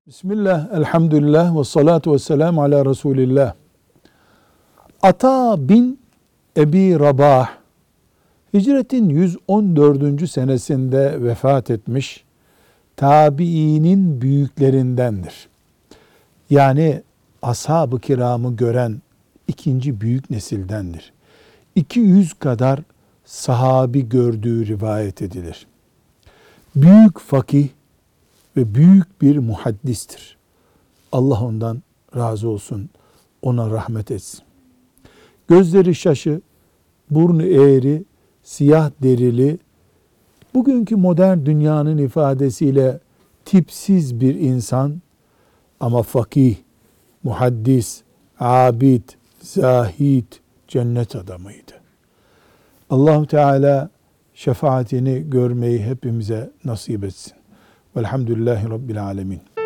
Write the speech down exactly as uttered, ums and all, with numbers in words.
Bismillah, elhamdülillah ve salatu ve selamu ala Resulillah. Ata bin Ebi Rabah, hicretin yüz on dördüncü senesinde vefat etmiş, tabiinin büyüklerindendir. Yani ashab-ı kiramı gören ikinci büyük nesildendir. iki yüz kadar sahabi gördüğü rivayet edilir. Büyük fakih ve büyük bir muhaddistir. Allah ondan razı olsun, ona rahmet etsin. Gözleri şaşı, burnu eğri, siyah derili, bugünkü modern dünyanın ifadesiyle tipsiz bir insan ama fakih, muhaddis, abid, zahid, cennet adamıydı. Allah-u Teala şefaatini görmeyi hepimize nasip etsin. Velhamdülillahi Rabbil alemin.